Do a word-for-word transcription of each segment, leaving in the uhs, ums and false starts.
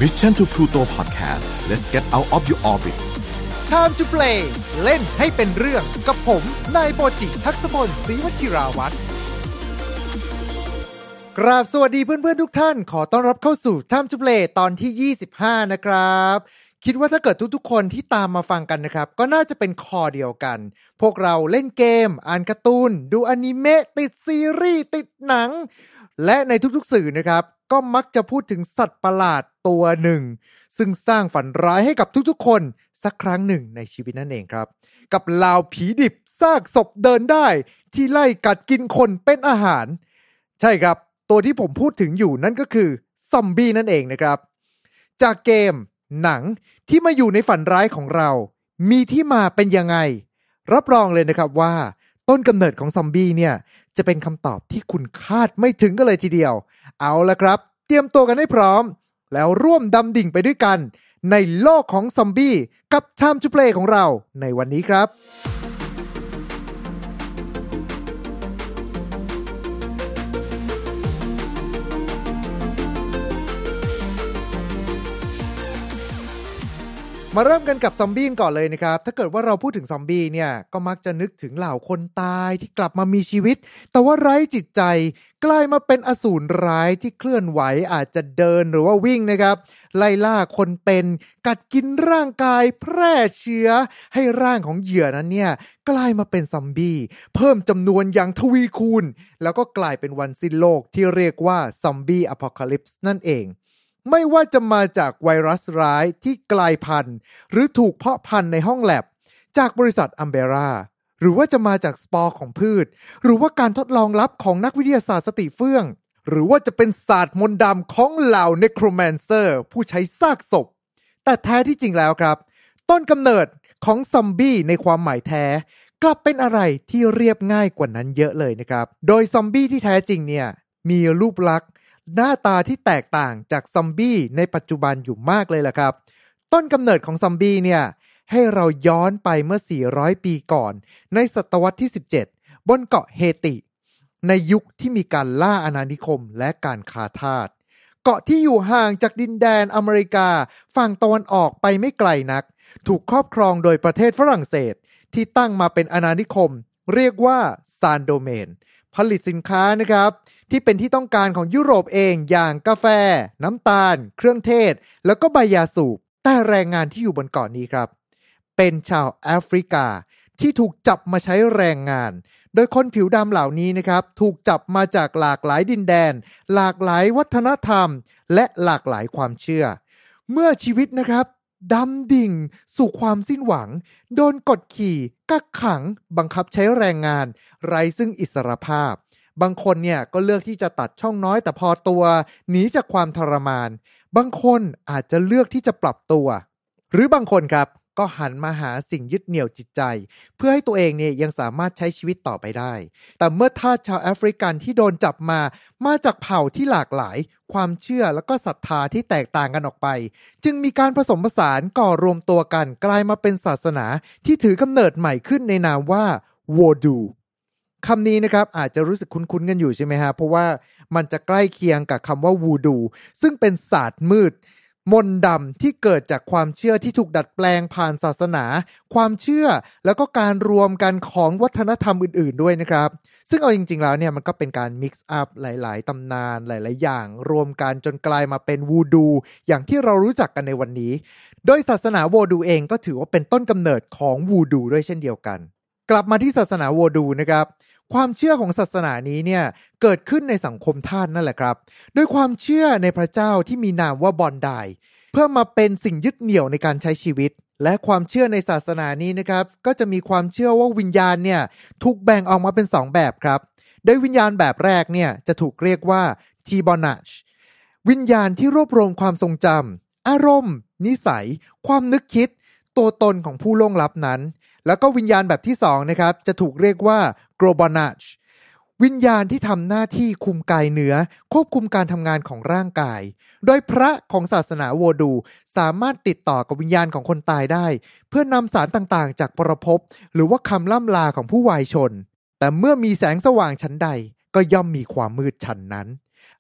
Mission to Pluto Podcast let's get out of your orbit Time to play เล่นให้เป็นเรื่องกับผมนายโปจิทักษพลศรีวชิราวัฒน์กราบสวัสดีเพื่อนๆทุกท่านขอต้อนรับเข้าสู่ Time to play ตอนที่ยี่สิบห้านะครับคิดว่าถ้าเกิดทุกๆคนที่ตามมาฟังกันนะครับก็น่าจะเป็นคอเดียวกันพวกเราเล่นเกมอ่านการ์ตูนดูอนิเมะติดซีรีส์ติดหนังและในทุกๆสื่อนะครับก็มักจะพูดถึงสัตว์ประหลาดตัวหนึ่งซึ่งสร้างฝันร้ายให้กับทุกๆคนสักครั้งหนึ่งในชีวิตนั่นเองครับกับเหล่าผีดิบซากศพเดินได้ที่ไล่กัดกินคนเป็นอาหารใช่ครับตัวที่ผมพูดถึงอยู่นั่นก็คือซอมบี้นั่นเองนะครับจากเกมหนังที่มาอยู่ในฝันร้ายของเรามีที่มาเป็นยังไงรับรองเลยนะครับว่าต้นกำเนิดของซอมบี้เนี่ยจะเป็นคำตอบที่คุณคาดไม่ถึงกันเลยทีเดียวเอาละครับเตรียมตัวกันให้พร้อมแล้วร่วมดำดิ่งไปด้วยกันในโลกของซอมบี้กับ Time to Play ของเราในวันนี้ครับมาเริ่มกันกับซอมบี้ก่อนเลยนะครับถ้าเกิดว่าเราพูดถึงซอมบี้เนี่ยก็มักจะนึกถึงเหล่าคนตายที่กลับมามีชีวิตแต่ว่าไร้จิตใจกลายมาเป็นอสูรร้ายที่เคลื่อนไหวอาจจะเดินหรือว่าวิ่งนะครับไล่ล่าคนเป็นกัดกินร่างกายแพร่เชื้อให้ร่างของเหยื่อนั้นเนี่ยกลายมาเป็นซอมบี้เพิ่มจำนวนอย่างทวีคูณแล้วก็กลายเป็นวันสิ้นโลกที่เรียกว่าซอมบี้อพอคาลิปส์นั่นเองไม่ว่าจะมาจากไวรัสร้ายที่กลายพันธุ์หรือถูกเพาะพันธุ์ในห้องแลบจากบริษัทอัมเบร่าหรือว่าจะมาจากสปอร์ของพืชหรือว่าการทดลองลับของนักวิทยาศาสตร์สติเฟื่องหรือว่าจะเป็นศาสตร์มนต์ดำของเหล่าเนโครแมนเซอร์ผู้ใช้ซากศพแต่แท้ที่จริงแล้วครับต้นกำเนิดของซอมบี้ในความหมายแท้กลับเป็นอะไรที่เรียบง่ายกว่านั้นเยอะเลยนะครับโดยซอมบี้ที่แท้จริงเนี่ยมีรูปลักษณ์หน้าตาที่แตกต่างจากซอมบี้ในปัจจุบันอยู่มากเลยล่ะครับต้นกำเนิดของซอมบี้เนี่ยให้เราย้อนไปเมื่อสี่ร้อยปีก่อนในศตวรรษที่สิบเจ็ดบนเกาะเฮติในยุคที่มีการล่าอาณานิคมและการค้าทาสเกาะที่อยู่ห่างจากดินแดนอเมริกาฝั่งตะวันออกไปไม่ไกลนักถูกครอบครองโดยประเทศฝรั่งเศสที่ตั้งมาเป็นอาณานิคมเรียกว่าซานโดเมนผลิตสินค้านะครับที่เป็นที่ต้องการของยุโรปเองอย่างกาแฟน้ำตาลเครื่องเทศแล้วก็ใบยาสูบแต่แรงงานที่อยู่บนเกาะนี้ครับเป็นชาวแอฟริกาที่ถูกจับมาใช้แรงงานโดยคนผิวดำเหล่านี้นะครับถูกจับมาจากหลากหลายดินแดนหลากหลายวัฒนธรรมและหลากหลายความเชื่อเมื่อชีวิตนะครับดำดิ่งสู่ความสิ้นหวังโดนกดขี่กักขังบังคับใช้แรงงานไร้ซึ่งอิสรภาพบางคนเนี่ยก็เลือกที่จะตัดช่องน้อยแต่พอตัวหนีจากความทรมานบางคนอาจจะเลือกที่จะปรับตัวหรือบางคนครับก็หันมาหาสิ่งยึดเหนี่ยวจิตใจเพื่อให้ตัวเองเนี่ยยังสามารถใช้ชีวิตต่อไปได้แต่เมื่อทาสชาวแอฟริกันที่โดนจับมามาจากเผ่าที่หลากหลายความเชื่อแล้วก็ศรัทธาที่แตกต่างกันออกไปจึงมีการผสมผสานก่อรวมตัวกันกลายมาเป็นศาสนาที่ถือกำเนิดใหม่ขึ้นในนามว่าโวดูคำนี้นะครับอาจจะรู้สึกคุ้นๆกันอยู่ใช่ไหมฮะเพราะว่ามันจะใกล้เคียงกับคำว่าวูดูซึ่งเป็นศาสตร์มืดมนต์ดำที่เกิดจากความเชื่อที่ถูกดัดแปลงผ่านศาสนาความเชื่อแล้วก็การรวมกันของวัฒนธรรมอื่นๆด้วยนะครับซึ่งเอาจริงๆแล้วเนี่ยมันก็เป็นการมิกซ์อัพหลายๆตำนานหลายๆอย่างรวมกันจนกลายมาเป็นวูดูอย่างที่เรารู้จักกันในวันนี้โดยศาสนาโวดูเองก็ถือว่าเป็นต้นกำเนิดของวูดูด้วยเช่นเดียวกันกลับมาที่ศาสนาโวดูนะครับความเชื่อของศาสนานี้เนี่ยเกิดขึ้นในสังคมทาสนั่นแหละครับโดยความเชื่อในพระเจ้าที่มีนามว่าบอนไดเพื่อมาเป็นสิ่งยึดเหนี่ยวในการใช้ชีวิตและความเชื่อในศาสนานี้นะครับก็จะมีความเชื่อว่าวิญญาณเนี่ยถูกแบ่งออกมาเป็นสองแบบครับโดยวิญญาณแบบแรกเนี่ยจะถูกเรียกว่าทีบอนัชวิญญาณที่รวบรวมความทรงจำอารมณ์นิสัยความนึกคิดตัวตนของผู้ล่วงลับนั้นแล้วก็วิญญาณแบบที่สองนะครับจะถูกเรียกว่า Grobonach วิญญาณที่ทำหน้าที่คุมกายเนื้อควบคุมการทำงานของร่างกายโดยพระของศาสนาโวดูสามารถติดต่อกับวิญญาณของคนตายได้เพื่อนำสารต่างๆจากปรภพหรือว่าคำล่ำลาของผู้วายชนแต่เมื่อมีแสงสว่างชั้นใดก็ย่อมมีความมืดชั้นนั้น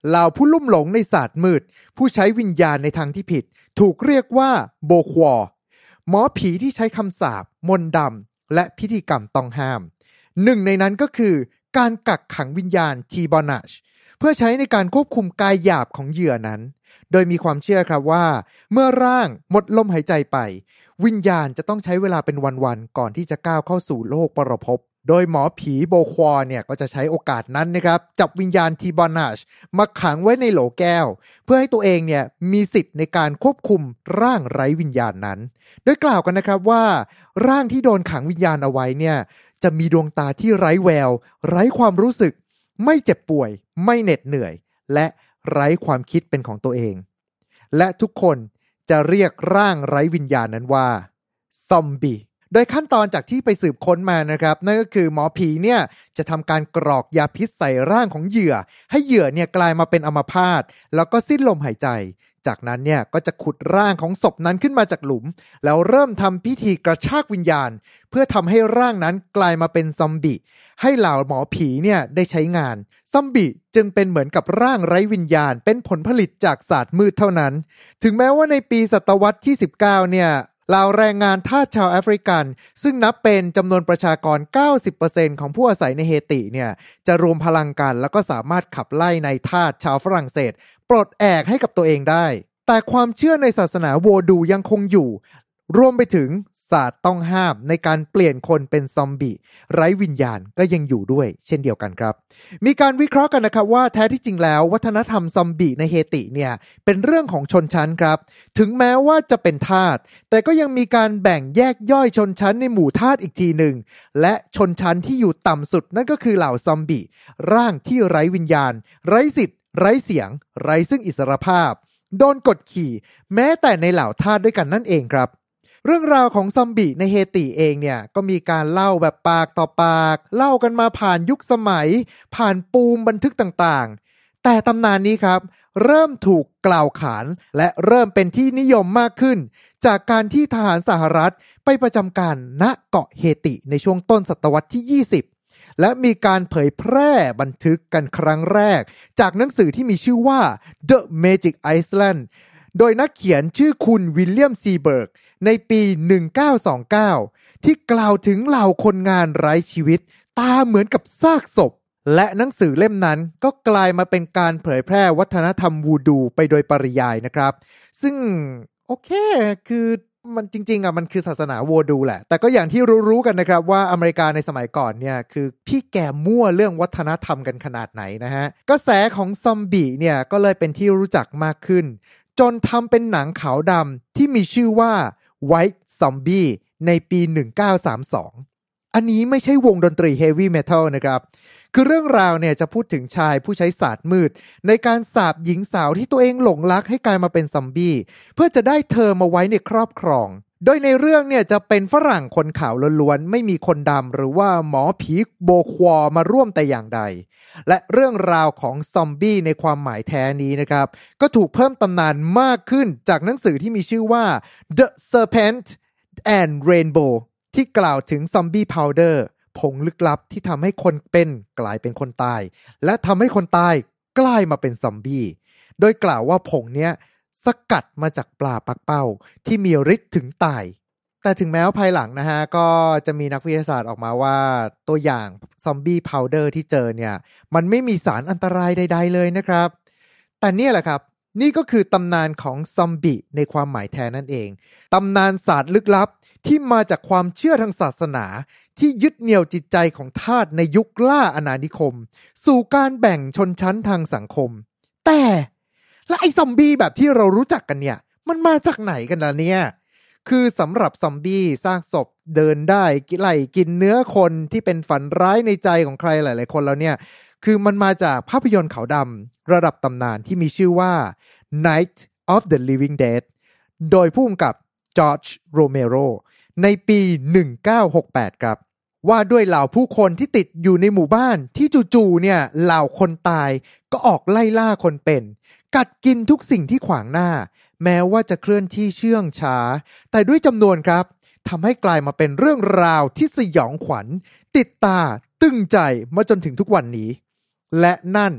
เหล่าผู้ลุ่มหลงในศาสตร์มืดผู้ใช้วิญญาณในทางที่ผิดถูกเรียกว่าโบควอหมอผีที่ใช้คำสาปมนต์ดำและพิธีกรรมต้องห้ามหนึ่งในนั้นก็คือการกักขังวิญญาณทีบอนัชเพื่อใช้ในการควบคุมกายหยาบของเหยื่อนั้นโดยมีความเชื่อครับว่าเมื่อร่างหมดลมหายใจไปวิญญาณจะต้องใช้เวลาเป็นวันๆก่อนที่จะก้าวเข้าสู่โลกปรภพโดยหมอผีโบควอเนี่ยก็จะใช้โอกาสนั้นนะครับจับวิญญาณทีบอนัชมาขังไว้ในโหลแก้วเพื่อให้ตัวเองเนี่ยมีสิทธิ์ในการควบคุมร่างไร้วิญญาณนั้นโดยกล่าวกันนะครับว่าร่างที่โดนขังวิญญาณเอาไว้เนี่ยจะมีดวงตาที่ไร้แววไร้ความรู้สึกไม่เจ็บป่วยไม่เหน็ดเหนื่อยและไร้ความคิดเป็นของตัวเองและทุกคนจะเรียกร่างไร้วิญญาณนั้นว่าซอมบี้โดยขั้นตอนจากที่ไปสืบค้นมานะครับนั่นก็คือหมอผีเนี่ยจะทำการกรอกยาพิษใส่ร่างของเหยื่อให้เหยื่อเนี่ยกลายมาเป็นอัมพาตแล้วก็สิ้นลมหายใจจากนั้นเนี่ยก็จะขุดร่างของศพนั้นขึ้นมาจากหลุมแล้วเริ่มทำพิธีกระชากวิญญาณเพื่อทำให้ร่างนั้นกลายมาเป็นซอมบี้ให้เหล่าหมอผีเนี่ยได้ใช้งานซอมบี้จึงเป็นเหมือนกับร่างไร้วิญญาณเป็นผลผลิตจากศาสตร์มืดเท่านั้นถึงแม้ว่าในปีศตวรรษที่สิบเก้าเนี่ยเหล่าแรงงานทาสชาวแอฟริกันซึ่งนับเป็นจำนวนประชากร เก้าสิบเปอร์เซ็นต์ ของผู้อาศัยในเฮติเนี่ยจะรวมพลังกันแล้วก็สามารถขับไล่นายทาสชาวฝรั่งเศสปลดแอกให้กับตัวเองได้แต่ความเชื่อในศาสนาโวดูยังคงอยู่รวมไปถึงศาสตร์ต้องห้ามในการเปลี่ยนคนเป็นซอมบี้ไร้วิญญาณก็ยังอยู่ด้วยเช่นเดียวกันครับมีการวิเคราะห์กันนะครับว่าแท้ที่จริงแล้ววัฒนธรรมซอมบี้ในเฮติเนี่ยเป็นเรื่องของชนชั้นครับถึงแม้ว่าจะเป็นทาสแต่ก็ยังมีการแบ่งแยกย่อยชนชั้นในหมู่ทาสอีกทีหนึ่งและชนชั้นที่อยู่ต่ำสุดนั่นก็คือเหล่าซอมบี้ร่างที่ไร้วิญญาณไร้สิทธิ์ไร้เสียงไร้ซึ่งอิสรภาพโดนกดขี่แม้แต่ในเหล่าทาสด้วยกันนั่นเองครับเรื่องราวของซอมบี้ในเฮติเองเนี่ยก็มีการเล่าแบบปากต่อปากเล่ากันมาผ่านยุคสมัยผ่านปูมบันทึกต่างๆแต่ตำนานนี้ครับเริ่มถูกกล่าวขานและเริ่มเป็นที่นิยมมากขึ้นจากการที่ทหารสหรัฐไปประจำการณเกาะเฮติในช่วงต้นศตวรรษที่ยี่สิบและมีการเผยแพร่บันทึกกันครั้งแรกจากหนังสือที่มีชื่อว่า The Magic Island โดยนักเขียนชื่อคุณวิลเลียมซีเบิร์กในปีหนึ่งเก้าสองเก้าที่กล่าวถึงเหล่าคนงานไร้ชีวิตตาเหมือนกับซากศพและหนังสือเล่มนั้นก็กลายมาเป็นการเผยแพร่วัฒนธรรมวูดูไปโดยปริยายนะครับซึ่งโอเคคือมันจริงๆอ่ะมันคือศาสนาโวดูแหละแต่ก็อย่างที่รู้ๆกันนะครับว่าอเมริกาในสมัยก่อนเนี่ยคือพี่แกมั่วเรื่องวัฒนธรรมกันขนาดไหนนะฮะกระแสของซอมบี้เนี่ยก็เลยเป็นที่รู้จักมากขึ้นจนทำเป็นหนังขาวดำที่มีชื่อว่า White Zombie ในปีหนึ่งเก้าสามสองอันนี้ไม่ใช่วงดนตรีเฮฟวี่เมทัลนะครับคือเรื่องราวเนี่ยจะพูดถึงชายผู้ใช้ศาสตร์มืดในการสาปหญิงสาวที่ตัวเองหลงรักให้กลายมาเป็นซอมบี้เพื่อจะได้เธอมาไว้ในครอบครองโดยในเรื่องเนี่ยจะเป็นฝรั่งคนขาวล้วนๆไม่มีคนดำหรือว่าหมอผีโบควอมาร่วมแต่อย่างใดและเรื่องราวของซอมบี้ในความหมายแท้นี้นะครับก็ถูกเพิ่มตำนานมากขึ้นจากหนังสือที่มีชื่อว่า The Serpent and Rainbow ที่กล่าวถึงซอมบี้พาวเดอร์ผงลึกลับที่ทำให้คนเป็นกลายเป็นคนตายและทำให้คนตายกลายมาเป็นซอมบี้โดยกล่าวว่าผงเนี้ยสกัดมาจากปลาปักเป้าที่มีฤทธิ์ถึงตายแต่ถึงแม้ว่าภายหลังนะฮะก็จะมีนักวิทยาศาสตร์ออกมาว่าตัวอย่างซอมบี้พาวเดอร์ที่เจอเนี่ยมันไม่มีสารอันตรายใดๆเลยนะครับแต่เนี่ยแหละครับนี่ก็คือตำนานของซอมบี้ในความหมายแท้นั่นเองตำนานศาสตร์ลึกลับที่มาจากความเชื่อทางศาสนาที่ยึดเหนี่ยวจิตใจของทาสในยุคล่าอาณานิคมสู่การแบ่งชนชั้นทางสังคมแต่และไอ้ซอมบี้แบบที่เรารู้จักกันเนี่ยมันมาจากไหนกันล่ะเนี่ยคือสำหรับซอมบี้ซากศพเดินได้ไล่กินเนื้อคนที่เป็นฝันร้ายในใจของใครหลายๆคนแล้วเนี่ยคือมันมาจากภาพยนตร์ขาวดำระดับตำนานที่มีชื่อว่า Night of the Living Dead โดยผู้กำกับจอร์จโรเมโรในปีหนึ่งเก้าหกแปดครับว่าด้วยเหล่าผู้คนที่ติดอยู่ในหมู่บ้านที่จู่ๆเนี่ยเหล่าคนตายก็ออกไล่ล่าคนเป็นกัดกินทุกสิ่งที่ขวางหน้าแม้ว่าจะเคลื่อนที่เชื่องช้าแต่ด้วยจำนวนครับทำให้กลายมาเป็นเรื่องราวที่สยองขวัญติดตาตึงใจมาจนถึงทุกวันนี้และนั่น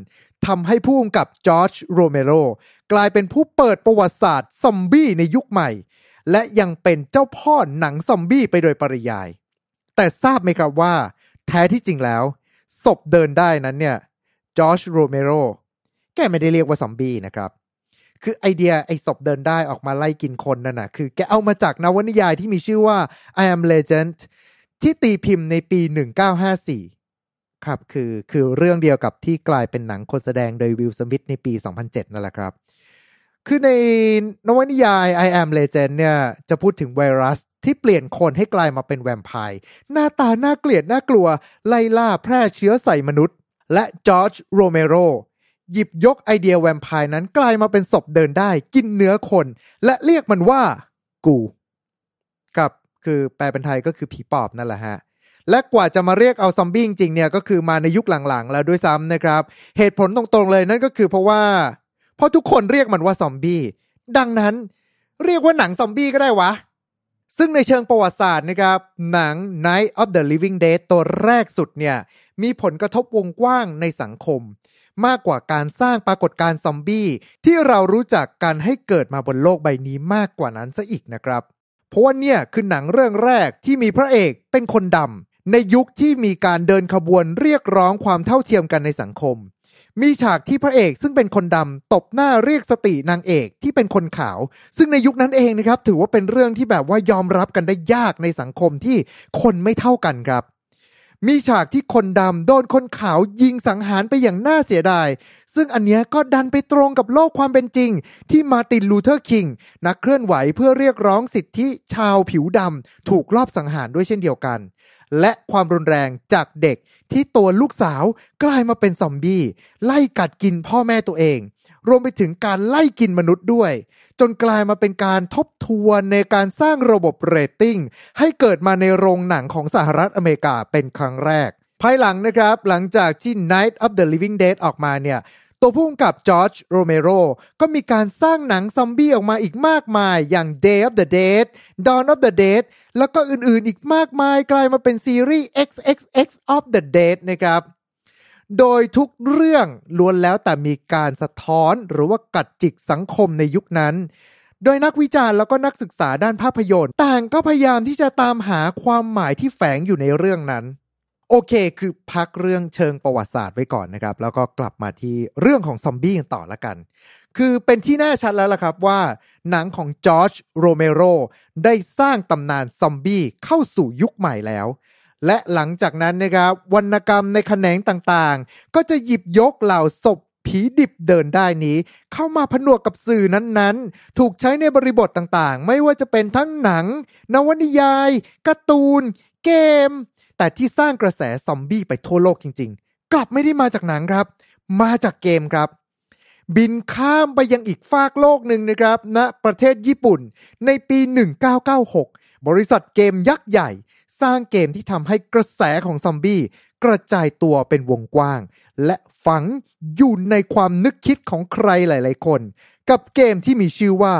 ทำให้ผู้กำกับจอร์จโรเมโรกลายเป็นผู้เปิดประวัติศาสตร์ซอมบี้ในยุคใหม่และยังเป็นเจ้าพ่อหนังซอมบี้ไปโดยปริยายแต่ทราบไหมครับว่าแท้ที่จริงแล้วศพเดินได้นั้นเนี่ยจอร์จโรเมโรแกไม่ได้เรียกว่าซอมบี้นะครับคือไอเดียไอศพเดินได้ออกมาไล่กินคนนั่นนะคือแกเอามาจากนวนิยายที่มีชื่อว่า I Am Legend ที่ตีพิมพ์ในปีหนึ่งเก้าห้าสี่ครับคือคือเรื่องเดียวกับที่กลายเป็นหนังคนแสดงโดยวิล สมิธในปีสองพันเจ็ดนั่นแหละครับคือในนวนิยาย I Am Legend เนี่ยจะพูดถึงไวรัสที่เปลี่ยนคนให้กลายมาเป็นแวมไพร์หน้าตาน่าเกลียดน่ากลัวไล่ล่าแพร่เชื้อใส่มนุษย์และจอร์จโรเมโรหยิบยกไอเดียแวมไพร์นั้นกลายมาเป็นศพเดินได้กินเนื้อคนและเรียกมันว่ากูครับคือแปลเป็นไทยก็คือผีปอบนั่นแหละฮะและกว่าจะมาเรียกเอาซอมบี้จริงๆเนี่ยก็คือมาในยุคหลังๆแล้วด้วยซ้ำนะครับเหตุผลตรงๆเลยนั่นก็คือเพราะว่าเพราะทุกคนเรียกมันว่าซอมบี้ดังนั้นเรียกว่าหนังซอมบี้ก็ได้วะซึ่งในเชิงประวัติศาสตร์นะครับหนัง Night of the Living Dead ตัวแรกสุดเนี่ยมีผลกระทบวงกว้างในสังคมมากกว่าการสร้างปรากฏการณ์ซอมบี้ที่เรารู้จักกันให้เกิดมาบนโลกใบนี้มากกว่านั้นซะอีกนะครับเพราะว่าเนี่ยคือหนังเรื่องแรกที่มีพระเอกเป็นคนดำในยุคที่มีการเดินขบวนเรียกร้องความเท่าเทียมกันในสังคมมีฉากที่พระเอกซึ่งเป็นคนดำตบหน้าเรียกสตินางเอกที่เป็นคนขาวซึ่งในยุคนั้นเองนะครับถือว่าเป็นเรื่องที่แบบว่ายอมรับกันได้ยากในสังคมที่คนไม่เท่ากันครับมีฉากที่คนดำโดนคนขาวยิงสังหารไปอย่างน่าเสียดายซึ่งอันเนี้ยก็ดันไปตรงกับโลกความเป็นจริงที่มาร์ตินลูเทอร์คิงนักเคลื่อนไหวเพื่อเรียกร้องสิทธิชาวผิวดำถูกลอบสังหารด้วยเช่นเดียวกันและความรุนแรงจากเด็กที่ตัวลูกสาวกลายมาเป็นซอมบี้ไล่กัดกินพ่อแม่ตัวเองรวมไปถึงการไล่กินมนุษย์ด้วยจนกลายมาเป็นการทบทวนในการสร้างระบบเรตติ้งให้เกิดมาในโรงหนังของสหรัฐอเมริกาเป็นครั้งแรกภายหลังนะครับหลังจากที่ Night of the Living Dead ออกมาเนี่ยตัวผู้กำกับจอร์จโรเมโรก็มีการสร้างหนังซอมบี้ออกมาอีกมากมายอย่าง Day of the Dead Dawn of the Dead แล้วก็อื่นๆอีกมากมายกลายมาเป็นซีรีส์ X X X of the Dead นะครับโดยทุกเรื่องล้วนแล้วแต่มีการสะท้อนหรือว่ากัดจิกสังคมในยุคนั้นโดยนักวิจารณ์แล้วก็นักศึกษาด้านภาพยนตร์ต่างก็พยายามที่จะตามหาความหมายที่แฝงอยู่ในเรื่องนั้นโอเคคือพักเรื่องเชิงประวัติศาสตร์ไว้ก่อนนะครับแล้วก็กลับมาที่เรื่องของซอมบี้กันต่อละกันคือเป็นที่แน่ชัดแล้วล่ะครับว่าหนังของจอร์จโรเมโรได้สร้างตำนานซอมบี้เข้าสู่ยุคใหม่แล้วและหลังจากนั้นนะครับวรรณกรรมในแขนงต่างๆก็จะหยิบยกเหล่าศพผีดิบเดินได้นี้เข้ามาผนวกกับสื่อนั้นๆถูกใช้ในบริบทต่างๆไม่ว่าจะเป็นทั้งหนังนวนิยายการ์ตูนเกมแต่ที่สร้างกระแสซอมบี้ไปทั่วโลกจริงๆกลับไม่ได้มาจากหนังครับมาจากเกมครับบินข้ามไปยังอีกฟากโลกหนึ่งนะครับณประเทศญี่ปุ่นในปีหนึ่งเก้าเก้าหกบริษัทเกมยักษ์ใหญ่สร้างเกมที่ทำให้กระแสของซอมบี้กระจายตัวเป็นวงกว้างและฝังอยู่ในความนึกคิดของใครหลายๆคนกับเกมที่มีชื่อว่า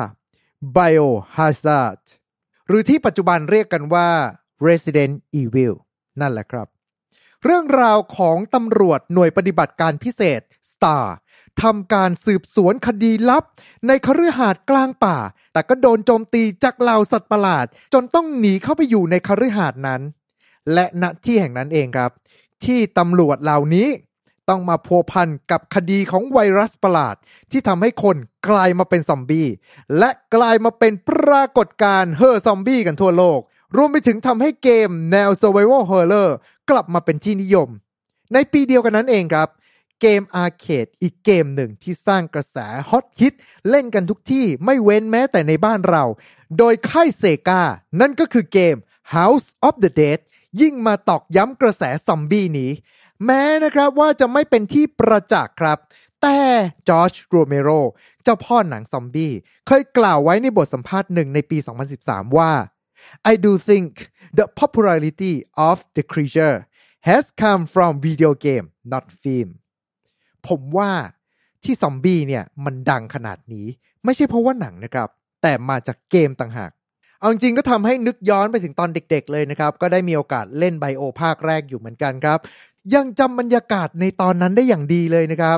Biohazard หรือที่ปัจจุบันเรียกกันว่า Resident Evil นั่นแหละครับเรื่องราวของตำรวจหน่วยปฏิบัติการพิเศษ Star ทำการสืบสวนคดีลับในคฤหาสน์กลางป่าแต่ก็โดนโจมตีจากเหล่าสัตว์ประหลาดจนต้องหนีเข้าไปอยู่ในคฤหาสน์นั้นและณที่แห่งนั้นเองครับที่ตำรวจเหล่านี้ต้องมาพัวพันกับคดีของไวรัสประหลาดที่ทำให้คนกลายมาเป็นซอมบี้และกลายมาเป็นปรากฏการณ์เฮอซอมบี้กันทั่วโลกรวมไปถึงทำให้เกมแนว Survival Horror กลับมาเป็นที่นิยมในปีเดียวกันนั้นเองครับเกมอาร์เคดอีกเกมหนึ่งที่สร้างกระแสฮอตฮิตเล่นกันทุกที่ไม่เว้นแม้แต่ในบ้านเราโดยค่ายเซกานั่นก็คือเกม House of the Dead ยิ่งมาตอกย้ำกระแสซอมบี้นี้แม้นะครับว่าจะไม่เป็นที่ประจักษ์ครับแต่จอร์จโรเมโรเจ้าพ่อหนังซอมบี้เคยกล่าวไว้ในบทสัมภาษณ์หนึ่งในปีสองพันสิบสามว่า I do think the popularity of the creature has come from video game not film ผมว่าที่ซอมบี้เนี่ยมันดังขนาดนี้ไม่ใช่เพราะว่าหนังนะครับแต่มาจากเกมต่างหากเอาจริงก็ทำให้นึกย้อนไปถึงตอนเด็กๆเลยนะครับก็ได้มีโอกาสเล่นไบโอภาคแรกอยู่เหมือนกันครับยังจำบรรยากาศในตอนนั้นได้อย่างดีเลยนะครับ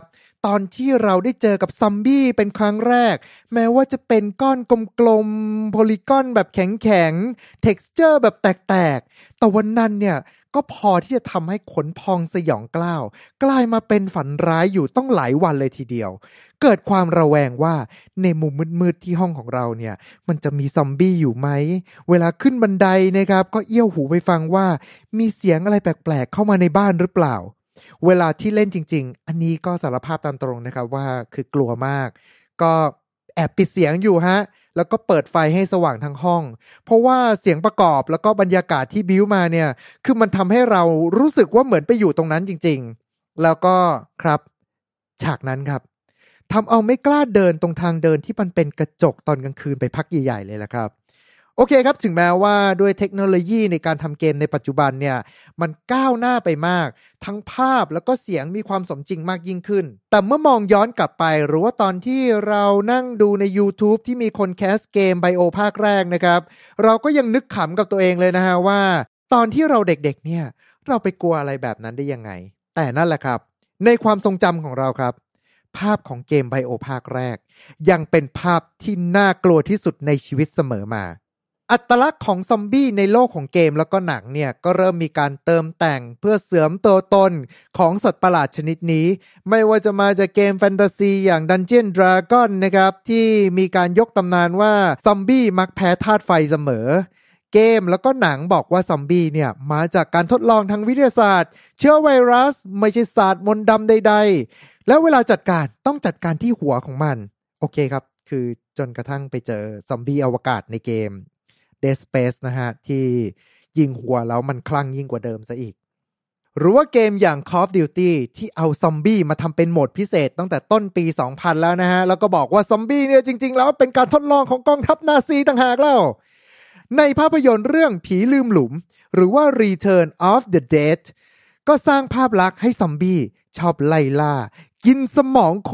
ตอนที่เราได้เจอกับซอมบี้เป็นครั้งแรกแม้ว่าจะเป็นก้อนกลมๆโพลีกอนแบบแข็งๆ texture แบบแตกๆแต่วันนั้นเนี่ยก็พอที่จะทำให้ขนพองสยองกล้าวกลายมาเป็นฝันร้ายอยู่ต้องหลายวันเลยทีเดียวเกิดความระแวงว่าในมุมมืดๆที่ห้องของเราเนี่ยมันจะมีซอมบี้อยู่ไหมเวลาขึ้นบันไดนะครับก็เอี้ยวหูไปฟังว่ามีเสียงอะไรแปลกๆเข้ามาในบ้านหรือเปล่าเวลาที่เล่นจริงๆอันนี้ก็สารภาพตามตรงนะครับว่าคือกลัวมากก็แอบปิดเสียงอยู่ฮะแล้วก็เปิดไฟให้สว่างทั้งห้องเพราะว่าเสียงประกอบแล้วก็บรรยากาศที่บิ้วมาเนี่ยคือมันทำให้เรารู้สึกว่าเหมือนไปอยู่ตรงนั้นจริงๆแล้วก็ครับฉากนั้นครับทำเอาไม่กล้าเดินตรงทางเดินที่มันเป็นกระจกตอนกลางคืนไปพักใหญ่ๆเลยละครับโอเคครับถึงแม้ว่าด้วยเทคโนโลยีในการทำเกมในปัจจุบันเนี่ยมันก้าวหน้าไปมากทั้งภาพแล้วก็เสียงมีความสมจริงมากยิ่งขึ้นแต่เมื่อมองย้อนกลับไปหรือว่าตอนที่เรานั่งดูใน YouTube ที่มีคนแคสเกมไบโอภาคแรกนะครับเราก็ยังนึกขำกับตัวเองเลยนะฮะว่าตอนที่เราเด็กๆเนี่ยเราไปกลัวอะไรแบบนั้นได้ยังไงแต่นั่นแหละครับในความทรงจำของเราครับภาพของเกมไบโอภาคแรกยังเป็นภาพที่น่ากลัวที่สุดในชีวิตเสมอมาอัตลักษณ์ของซอมบี้ในโลกของเกมแล้วก็หนังเนี่ยก็เริ่มมีการเติมแต่งเพื่อเสริมตัวตนของสัตว์ประหลาดชนิดนี้ไม่ว่าจะมาจากเกมแฟนตาซีอย่าง Dungeons and Dragons นะครับที่มีการยกตำนานว่าซอมบี้มักแพ้ธาตุไฟเสมอเกมแล้วก็หนังบอกว่าซอมบี้เนี่ยมาจากการทดลองทางวิทยาศาสตร์เชื้อไวรัสไม่ใช่ศาสตร์มนต์ดำใดๆแล้วเวลาจัดการต้องจัดการที่หัวของมันโอเคครับคือจนกระทั่งไปเจอซอมบี้อวกาศในเกมDead Space นะฮะที่ยิงหัวแล้วมันคลั่งยิ่งกว่าเดิมซะอีกหรือว่าเกมอย่าง Call of Duty ที่เอาซอมบี้มาทำเป็นโหมดพิเศษตั้งแต่ต้นปีสองพันแล้วนะฮะแล้วก็บอกว่าซอมบี้เนี่ยจริงๆแล้วเป็นการทดลองของกองทัพนาซีต่างหากแล้วในภาพยนตร์เรื่องผีลืมหลุมหรือว่า Return of the Dead ก็สร้างภาพลักษณ์ให้ซอมบี้ชอบไล่ล่ากินสมองคน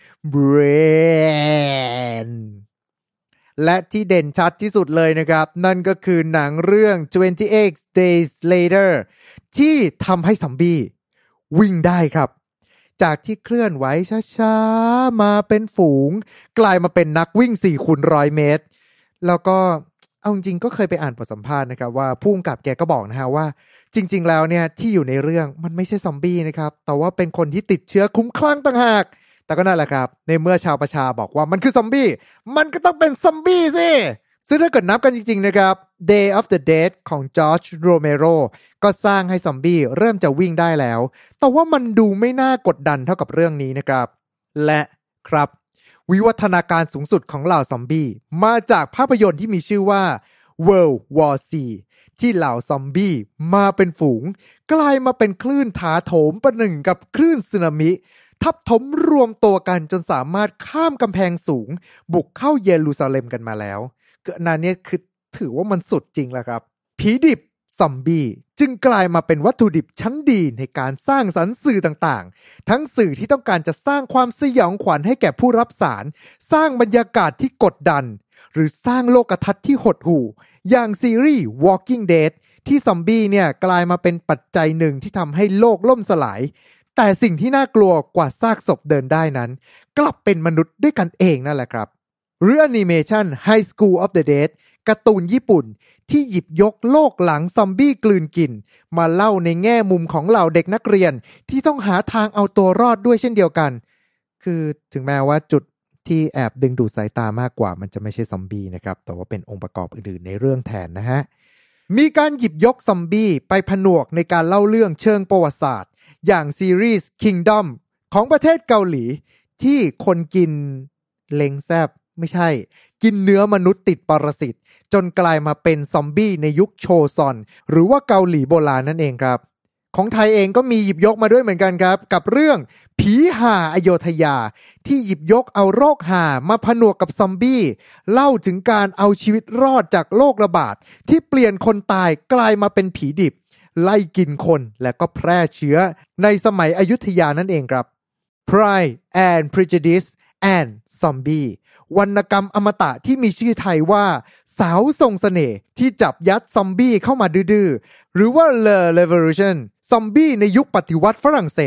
Brainและที่เด่นชัดที่สุดเลยนะครับนั่นก็คือหนังเรื่องtwenty-eight days later ที่ทำให้ซอมบี้วิ่งได้ครับจากที่เคลื่อนไหวช้าๆมาเป็นฝูงกลายมาเป็นนักวิ่ง สี่คูณร้อย เมตรแล้วก็เอาจริงๆก็เคยไปอ่านบทสัมภาษณ์นะครับว่าผู้กำกับแกก็บอกนะฮะว่าจริงๆแล้วเนี่ยที่อยู่ในเรื่องมันไม่ใช่ซอมบี้นะครับแต่ว่าเป็นคนที่ติดเชื้อคลุ้มคลั่งต่างหากแต่ก็นั่นแหละครับในเมื่อชาวประชาบอกว่ามันคือซอมบี้มันก็ต้องเป็นซอมบี้สิซึ่งถ้าเกิดนับกันจริงๆนะครับ Day of the Dead ของ George Romero ก็สร้างให้ซอมบี้เริ่มจะวิ่งได้แล้วแต่ว่ามันดูไม่น่ากดดันเท่ากับเรื่องนี้นะครับและครับวิวัฒนาการสูงสุดของเหล่าซอมบี้มาจากภาพยนตร์ที่มีชื่อว่า World War Z ที่เหล่าซอมบี้มาเป็นฝูงกลายมาเป็นคลื่นถาโถมประหนึ่งกับคลื่นสึนามิทับถมรวมตัวกันจนสามารถข้ามกำแพงสูงบุกเข้าเยรูซาเล็มกันมาแล้วก็นั่นเนี่ยคือถือว่ามันสุดจริงแล้วครับผีดิบซอมบี้จึงกลายมาเป็นวัตถุดิบชั้นดีในการสร้างสรรค์สื่อต่างๆทั้งสื่อที่ต้องการจะสร้างความสยองขวัญให้แก่ผู้รับสารสร้างบรรยากาศที่กดดันหรือสร้างโลกทัศน์ที่หดหู่อย่างซีรีส์ Walking Dead ที่ซอมบี้เนี่ยกลายมาเป็นปัจจัยหนึ่งที่ทำให้โลกล่มสลายแต่สิ่งที่น่ากลัวกว่าซากศพเดินได้นั้นกลับเป็นมนุษย์ด้วยกันเองนั่นแหละครับหรือแอนิเมชัน High School of the Dead การ์ตูนญี่ปุ่นที่หยิบยกโลกหลังซอมบี้กลืนกินมาเล่าในแง่มุมของเหล่าเด็กนักเรียนที่ต้องหาทางเอาตัวรอดด้วยเช่นเดียวกันคือถึงแม้ว่าจุดที่แอบดึงดูดสายตามากกว่ามันจะไม่ใช่ซอมบี้นะครับแต่ว่าเป็นองค์ประกอบอื่นๆในเรื่องแทนนะฮะมีการหยิบยกซอมบี้ไปผนวกในการเล่าเรื่องเชิงประวัติศาสตร์อย่างซีรีส์ Kingdom ของประเทศเกาหลีที่คนกินเล้งแซบไม่ใช่กินเนื้อมนุษย์ติดปรสิตจนกลายมาเป็นซอมบี้ในยุคโชซอนหรือว่าเกาหลีโบราณนั่นเองครับของไทยเองก็มีหยิบยกมาด้วยเหมือนกันครับกับเรื่องผีห่าอโยธยาที่หยิบยกเอาโรคห่ามาผนวกกับซอมบี้เล่าถึงการเอาชีวิตรอดจากโรคระบาดที่เปลี่ยนคนตายกลายมาเป็นผีดิบไล่กินคนและก็แพร่เชื้อในสมัยอยุธยานั่นเองครับ Pride and Prejudice and Zombie วรรณกรรมอมตะที่มีชื่อไทยว่าสาวทรงเสน่ห์ที่จับยัดซอมบี้เข้ามาดื้อๆหรือว่า Le Revolution ซอมบี้ในยุคปฏิวัติฝรั่งเศส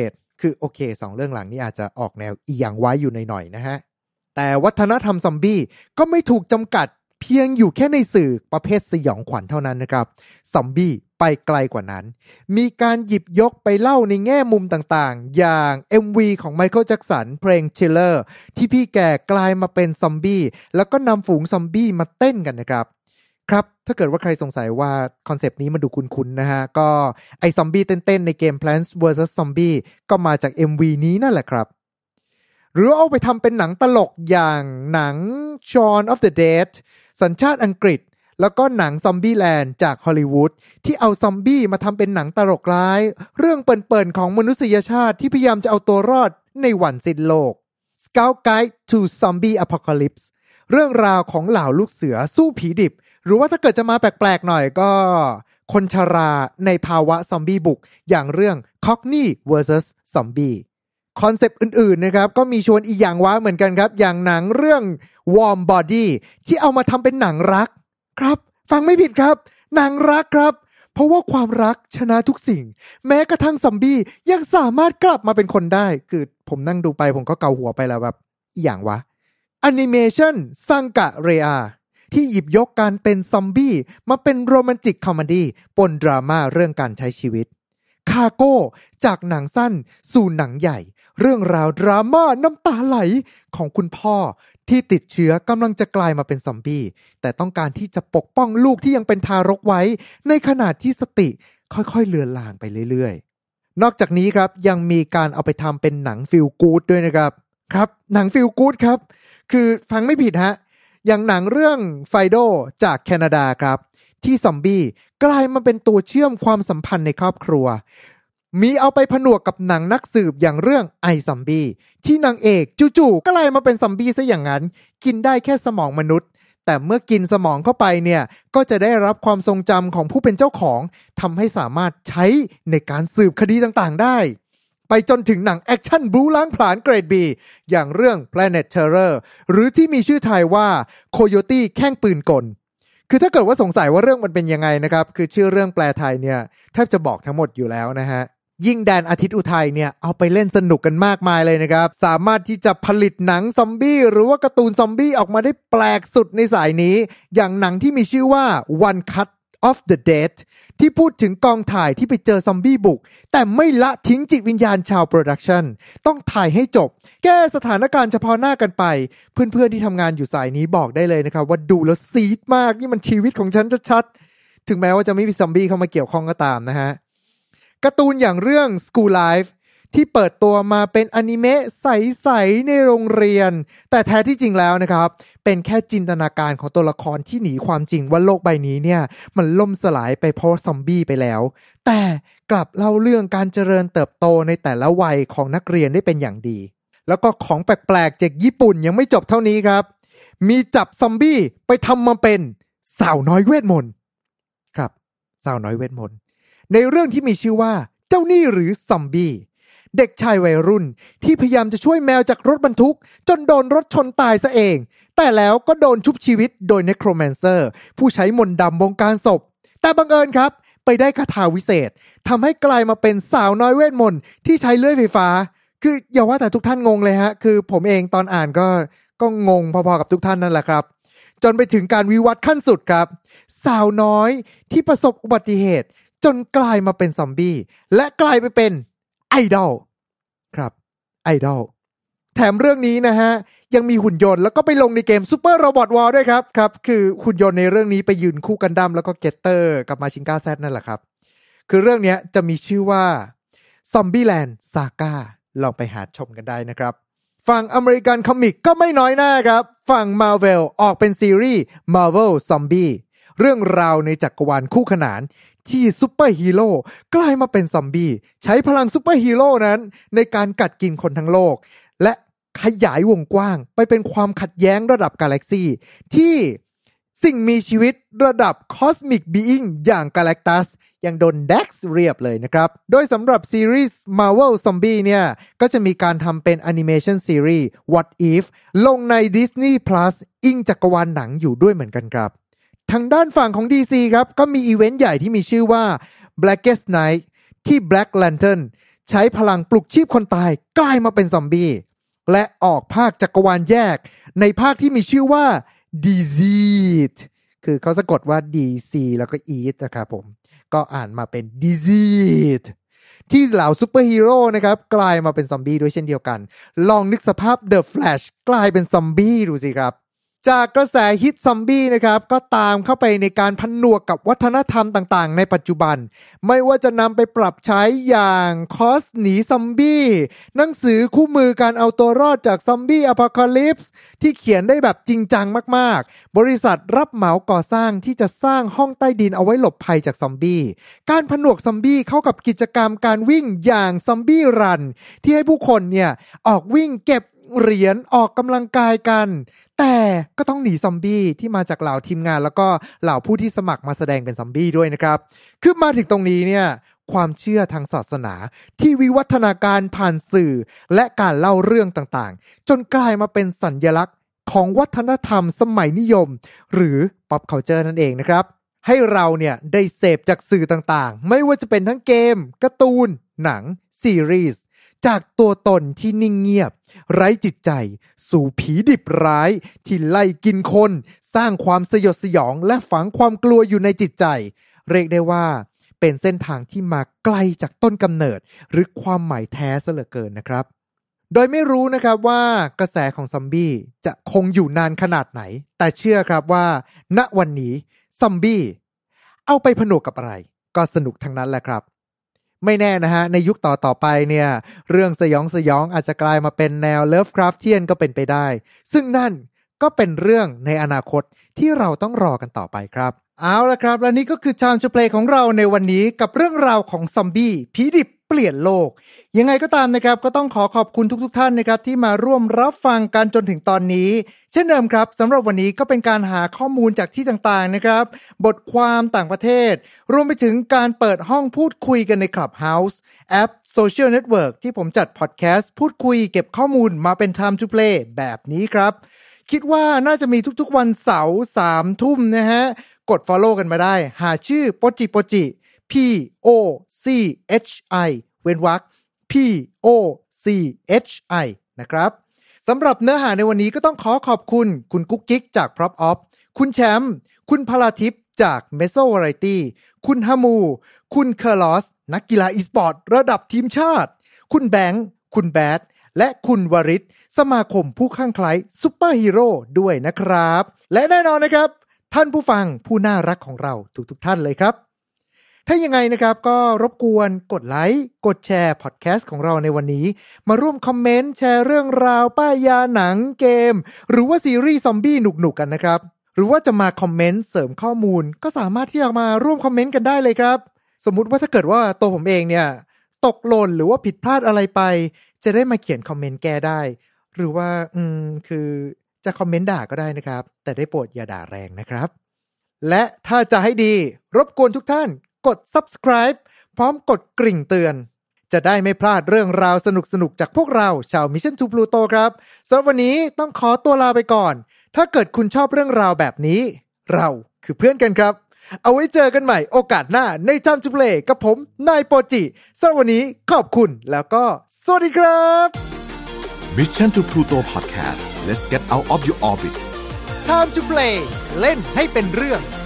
คือโอเคสองเรื่องหลังนี้อาจจะออกแนวอีหยังไว้อยู่หน่อยๆนะฮะแต่วัฒนธรรมซอมบี้ก็ไม่ถูกจำกัดเพียงอยู่แค่ในสื่อประเภทสยองขวัญเท่านั้นนะครับซอมบี้ไปไกลกว่านั้นมีการหยิบยกไปเล่าในแง่มุมต่างๆอย่าง เอ็ม วี ของไมเคิลแจ็คสันเพลง Thriller ที่พี่แก่กลายมาเป็นซอมบี้แล้วก็นำฝูงซอมบี้มาเต้นกันนะครับครับถ้าเกิดว่าใครสงสัยว่าคอนเซปต์นี้มันดูคุ้นๆนะฮะก็ไอซอมบี้เต้นๆในเกม Plants เวอร์ซัส Zombie ก็มาจาก เอ็ม วี นี้นั่นแหละครับหรือเอาไปทำเป็นหนังตลกอย่างหนัง Shaun of the Dead สัญชาติอังกฤษแล้วก็หนังซอมบี้แลนด์จากฮอลลีวูดที่เอาซอมบี้มาทำเป็นหนังตลกร้ายเรื่องเปิ่นๆของมนุษยชาติที่พยายามจะเอาตัวรอดในวันสิ้นโลก Scout Guide to Zombie Apocalypse เรื่องราวของเหล่าลูกเสือสู้ผีดิบหรือว่าถ้าเกิดจะมาแปลกๆหน่อยก็คนชราในภาวะซอมบี้บุกอย่างเรื่อง Cockney เวอร์ซัส Zombie คอนเซปต์อื่นๆนะครับก็มีชวนอีกอย่างว้าเหมือนกันครับอย่างหนังเรื่อง Warm Body ที่เอามาทำเป็นหนังรักครับฟังไม่ผิดครับหนังรักครับเพราะว่าความรักชนะทุกสิ่งแม้กระทั่งซอมบี้ยังสามารถกลับมาเป็นคนได้คือผมนั่งดูไปผมก็เกาหัวไปแล้วแบบอีหยังวะแอนิเมชันซังกะเรอาที่หยิบยกการเป็นซอมบี้มาเป็นโรแมนติกคอมเมดี้ปนดราม่าเรื่องการใช้ชีวิตคาโก้จากหนังสั้นสู่หนังใหญ่เรื่องราวดราม่าน้ำตาไหลของคุณพ่อที่ติดเชื้อกำลังจะกลายมาเป็นซอมบี้แต่ต้องการที่จะปกป้องลูกที่ยังเป็นทารกไว้ในขณะที่สติค่อยๆเลือนลางไปเรื่อยๆนอกจากนี้ครับยังมีการเอาไปทำเป็นหนังฟีลกู๊ดด้วยนะครับครับหนังฟีลกู๊ดครับคือฟังไม่ผิดฮะอย่างหนังเรื่องไฟโดจากแคนาดาครับที่ซอมบี้กลายมาเป็นตัวเชื่อมความสัมพันธ์ในครอบครัวมีเอาไปผนวกกับหนังนักสืบอย่างเรื่องไอซอมบี้ที่นางเอกจู่ๆก็กลายมาเป็นซอมบี้ซะอย่างนั้นกินได้แค่สมองมนุษย์แต่เมื่อกินสมองเข้าไปเนี่ยก็จะได้รับความทรงจำของผู้เป็นเจ้าของทำให้สามารถใช้ในการสืบคดีต่างๆได้ไปจนถึงหนังแอคชั่นบู๊ล้างผลาญเกรด B อย่างเรื่อง Planet Terror หรือที่มีชื่อไทยว่า Coyote แข้งปืนกลคือถ้าเกิดว่าสงสัยว่าเรื่องมันเป็นยังไงนะครับคือชื่อเรื่องแปลไทยเนี่ยแทบจะบอกทั้งหมดอยู่แล้วนะฮะยิ่งแดนอาทิตย์อุทัยเนี่ยเอาไปเล่นสนุกกันมากมายเลยนะครับสามารถที่จะผลิตหนังซอมบี้หรือว่าการ์ตูนซอมบี้ออกมาได้แปลกสุดในสายนี้อย่างหนังที่มีชื่อว่า One Cut of the Dead ที่พูดถึงกองถ่ายที่ไปเจอซอมบี้บุกแต่ไม่ละทิ้งจิตวิญญาณชาวโปรดักชันต้องถ่ายให้จบแก้สถานการณ์เฉพาะหน้ากันไปเพื่อนๆที่ทำงานอยู่สายนี้บอกได้เลยนะครับว่าดูแล้วซีดมากนี่มันชีวิตของฉันชัดๆถึงแม้ว่าจะไม่มีซอมบี้เข้ามาเกี่ยวข้องก็ตามนะฮะการ์ตูนอย่างเรื่อง School Life ที่เปิดตัวมาเป็นอนิเมะใสๆในโรงเรียนแต่แท้ที่จริงแล้วนะครับเป็นแค่จินตนาการของตัวละครที่หนีความจริงว่าโลกใบนี้เนี่ยมันล่มสลายไปเพราะซอมบี้ไปแล้วแต่กลับเล่าเรื่องการเจริญเติบโตในแต่ละวัยของนักเรียนได้เป็นอย่างดีแล้วก็ของแปลกๆจากญี่ปุ่นยังไม่จบเท่านี้ครับมีจับซอมบี้ไปทำมาเป็นสาวน้อยเวทมนต์ครับสาวน้อยเวทมนต์ในเรื่องที่มีชื่อว่าเจ้าหนี้หรือซอมบี้เด็กชายวัยรุ่นที่พยายามจะช่วยแมวจากรถบรรทุกจนโดนรถชนตายซะเองแต่แล้วก็โดนชุบชีวิตโดยเนโครแมนเซอร์ผู้ใช้มนต์ดำบงการศพแต่บังเอิญครับไปได้คาถาวิเศษทำให้กลายมาเป็นสาวน้อยเวทมนต์ที่ใช้เลื่อยไฟฟ้าคืออย่าว่าแต่ทุกท่านงงเลยฮะคือผมเองตอนอ่านก็ก็งงพอๆกับทุกท่านนั่นแหละครับจนไปถึงการวิวัฒน์ขั้นสุดครับสาวน้อยที่ประสบอุบัติเหตุจนกลายมาเป็นซอมบี้และกลายไปเป็นไอดอลครับไอดอลแถมเรื่องนี้นะฮะยังมีหุ่นยนต์แล้วก็ไปลงในเกม Super Robot War ด้วยครับครับคือหุ่นยนต์ในเรื่องนี้ไปยืนคู่กันดั้มแล้วก็เกตเตอร์กับมาชิงก้าแซดนั่นแหละครับคือเรื่องนี้จะมีชื่อว่า Zombieland Saga ลองไปหาชมกันได้นะครับฝั่งอเมริกันคอมิกก็ไม่น้อยหน้าครับฝั่ง Marvel ออกเป็นซีรีส์ Marvel Zombie เรื่องราวในจักรวาลคู่ขนานที่ซุปเปอร์ฮีโร่กลายมาเป็นซอมบี้ใช้พลังซุปเปอร์ฮีโร่นั้นในการกัดกินคนทั้งโลกและขยายวงกว้างไปเป็นความขัดแย้งระดับกาแล็กซี่ที่สิ่งมีชีวิตระดับคอสมิกบีอิงอย่างกาแล็กตัสยังโดนแด็กซ์เรียบเลยนะครับโดยสำหรับซีรีส์ Marvel Zombie เนี่ยก็จะมีการทำเป็นแอนิเมชันซีรีส์ What If ลงใน Disney Plus อิงจักรวาลหนังอยู่ด้วยเหมือนกันครับทางด้านฝั่งของ ดี ซี ครับก็มีอีเวนต์ใหญ่ที่มีชื่อว่า Blackest Night ที่ Black Lantern ใช้พลังปลุกชีพคนตายกลายมาเป็นซอมบี้และออกภาคจักรวาลแยกในภาคที่มีชื่อว่า Disease คือเขาสะกดว่า D C แล้วก็ Eat นะครับผมก็อ่านมาเป็น Disease ที่เหล่าซูเปอร์ฮีโร่นะครับกลายมาเป็นซอมบี้ด้วยเช่นเดียวกันลองนึกสภาพ The Flash กลายเป็นซอมบี้ดูสิครับจากกระแสฮิตซอมบี้นะครับก็ตามเข้าไปในการผนวกกับวัฒนธรรมต่างๆในปัจจุบันไม่ว่าจะนำไปปรับใช้อย่างคอสหนีซอมบี้หนังสือคู่มือการเอาตัวรอดจากซอมบี้อพอคาลิปส์ที่เขียนได้แบบจริงจังมากๆบริษัทรับเหมาก่อสร้างที่จะสร้างห้องใต้ดินเอาไว้หลบภัยจากซอมบี้การผนวกซอมบี้เข้ากับกิจกรรมการวิ่งอย่างซอมบี้รันที่ให้ผู้คนเนี่ยออกวิ่งเก็บเหรียญออกกำลังกายกันแต่ก็ต้องหนีซอมบี้ที่มาจากเหล่าทีมงานแล้วก็เหล่าผู้ที่สมัครมาแสดงเป็นซอมบี้ด้วยนะครับคือมาถึงตรงนี้เนี่ยความเชื่อทางศาสนาที่วิวัฒนาการผ่านสื่อและการเล่าเรื่องต่างๆจนกลายมาเป็นสัญลักษณ์ของวัฒนธรรมสมัยนิยมหรือ pop culture นั่นเองนะครับให้เราเนี่ยได้เสพจากสื่อต่างๆไม่ว่าจะเป็นทั้งเกมการ์ตูนหนังซีรีส์จากตัวตนที่นิ่งเงียบไร้จิตใจสู่ผีดิบร้ายที่ไล่กินคนสร้างความสยดสยองและฝังความกลัวอยู่ในจิตใจเรียกได้ว่าเป็นเส้นทางที่มาไกลจากต้นกำเนิดหรือความหมายแท้ซะเหลือเกินนะครับโดยไม่รู้นะครับว่ากระแสของซอมบี้จะคงอยู่นานขนาดไหนแต่เชื่อครับว่าณวันนี้ซอมบี้เอาไปผนวกกับอะไรก็สนุกทั้งนั้นแหละครับไม่แน่นะฮะในยุคต่อๆไปเนี่ยเรื่องสยองสยองอาจจะกลายมาเป็นแนว Lovecraftian ก็เป็นไปได้ซึ่งนั่นก็เป็นเรื่องในอนาคตที่เราต้องรอกันต่อไปครับเอาละครับและนี่ก็คือ Time to Play ของเราในวันนี้กับเรื่องราวของซอมบี้ผีดิบเปลี่ยนโลกยังไงก็ตามนะครับก็ต้องขอขอบคุณทุกๆท่านนะครับที่มาร่วมรับฟังกันจนถึงตอนนี้เช่นเดิมครับสำหรับวันนี้ก็เป็นการหาข้อมูลจากที่ต่างๆนะครับบทความต่างประเทศรวมไปถึงการเปิดห้องพูดคุยกันใน Clubhouse แอป Social Network ที่ผมจัดพอดแคสต์พูดคุยเก็บข้อมูลมาเป็น Time to Play แบบนี้ครับคิดว่าน่าจะมีทุกๆวันเสาร์สามทุ่มนะฮะกด follow กันมาได้หาชื่อโปจิโปจิ P O C H I เว้นวรรค P O C H I นะครับสำหรับเนื้อหาในวันนี้ก็ต้องขอขอบคุณคุณกุ๊กกิ๊กจาก Prop Off คุณแชมป์คุณพลาทิพย์จาก Meso Variety คุณฮามูคุณเคอร์ลอสนักกีฬาอีสปอร์ตระดับทีมชาติคุณแบงค์คุณแบดและคุณวริศสมาคมผู้ข้างไคล้ซุปเปอร์ฮีโร่ด้วยนะครับและแน่นอนนะครับท่านผู้ฟังผู้น่ารักของเราทุกๆท่านเลยครับถ้ายังไงนะครับก็รบกวนกดไลค์กดแชร์พอดแคสต์ของเราในวันนี้มาร่วมคอมเมนต์แชร์เรื่องราวป้ายยาหนังเกมหรือว่าซีรีส์ซอมบี้หนุกๆกันนะครับหรือว่าจะมาคอมเมนต์เสริมข้อมูลก็สามารถที่จะมาร่วมคอมเมนต์กันได้เลยครับสมมุติว่าถ้าเกิดว่าตัวผมเองเนี่ยตกหล่นหรือว่าผิดพลาดอะไรไปจะได้มาเขียนคอมเมนต์แก้ได้หรือว่าอืมคือจะคอมเมนต์ด่าก็ได้นะครับแต่ได้โปรดอย่าด่าแรงนะครับและถ้าจะให้ดีรบกวนทุกท่านกด Subscribe พร้อมกดกริ่งเตือนจะได้ไม่พลาดเรื่องราวสนุกๆจากพวกเราชาว Mission to Pluto ครับสำหรับวันนี้ต้องขอตัวลาไปก่อนถ้าเกิดคุณชอบเรื่องราวแบบนี้เราคือเพื่อนกันครับเอาไว้เจอกันใหม่โอกาสหน้าใน Time to Play กับผมนายโปจิสำหรับวันนี้ขอบคุณแล้วก็สวัสดีครับ Mission to Pluto Podcast Let's get out of your orbit Time to Play เล่นให้เป็นเรื่อง